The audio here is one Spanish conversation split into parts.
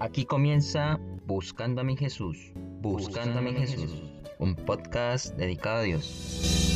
Aquí comienza Buscando a mi Jesús, Buscando a mi Jesús, un podcast dedicado a Dios.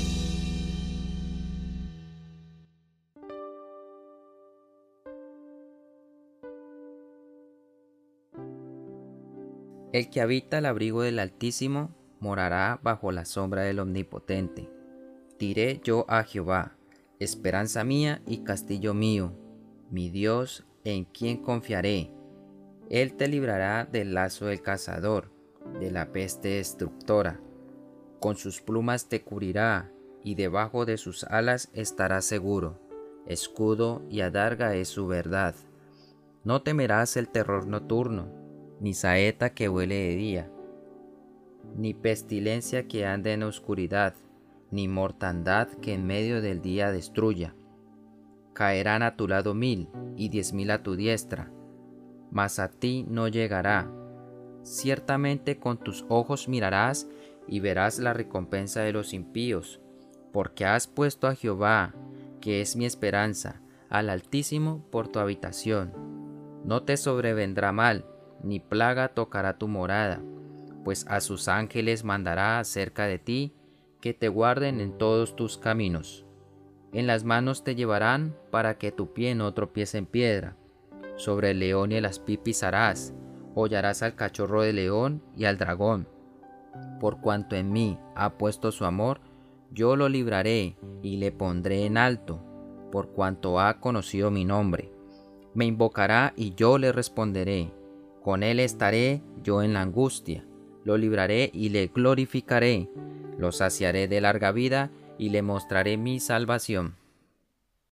El que habita el abrigo del Altísimo morará bajo la sombra del Omnipotente. Diré yo a Jehová, esperanza mía y castillo mío, mi Dios, en quien confiaré. Él te librará del lazo del cazador, de la peste destructora. Con sus plumas te cubrirá, y debajo de sus alas estarás seguro. Escudo y adarga es su verdad. No temerás el terror nocturno, ni saeta que huele de día, ni pestilencia que ande en oscuridad, ni mortandad que en medio del día destruya. Caerán a tu lado 1000 y 10.000 a tu diestra, mas a ti no llegará. Ciertamente con tus ojos mirarás y verás la recompensa de los impíos, porque has puesto a Jehová, que es mi esperanza, al Altísimo por tu habitación. No te sobrevendrá mal, ni plaga tocará tu morada, pues a sus ángeles mandará acerca de ti, que te guarden en todos tus caminos. En las manos te llevarán para que tu pie no tropiece en piedra. Sobre el león y el aspí pisarás, hollarás al cachorro de león y al dragón. Por cuanto en mí ha puesto su amor, yo lo libraré y le pondré en alto, por cuanto ha conocido mi nombre. Me invocará y yo le responderé. Con él estaré yo en la angustia. Lo libraré y le glorificaré. Lo saciaré de larga vida y le mostraré mi salvación.